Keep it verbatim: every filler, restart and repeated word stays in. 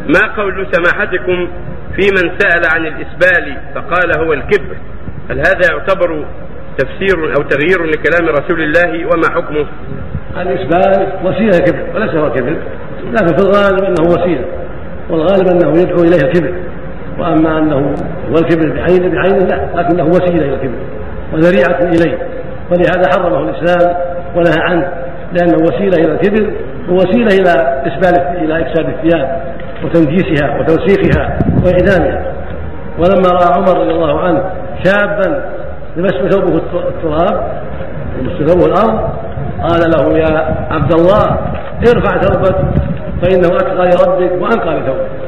ما قول سماحتكم في من سأل عن الإسبال فقال هو الكبر؟ هل هذا يعتبر تفسير أو تغيير لكلام رسول الله وما حكمه؟ الإسبال وسيلة كبر وليس هو كبر، لكن في الغالب أنه وسيلة، والغالب أنه يدعو إليه الكبر، وأما أنه هو الكبر بعينه بعينه لا، لكنه وسيلة إلى الكبر وذريعة إليه، ولهذا حرمه الإسلام ونهى عنه، لأنه وسيلة إلى الكبر ووسيلة إلى إسبال إلى إكساب الثياب وتنجيسها وتوسيخها وإعدامها. ولما رأى عمر رضي الله عنه شابا يمس ثوبه التراب يمس ثوبه الأرض قال له يا عبد الله ارفع ثوبك فإنه أتقى لربك وأنقى لثوبك.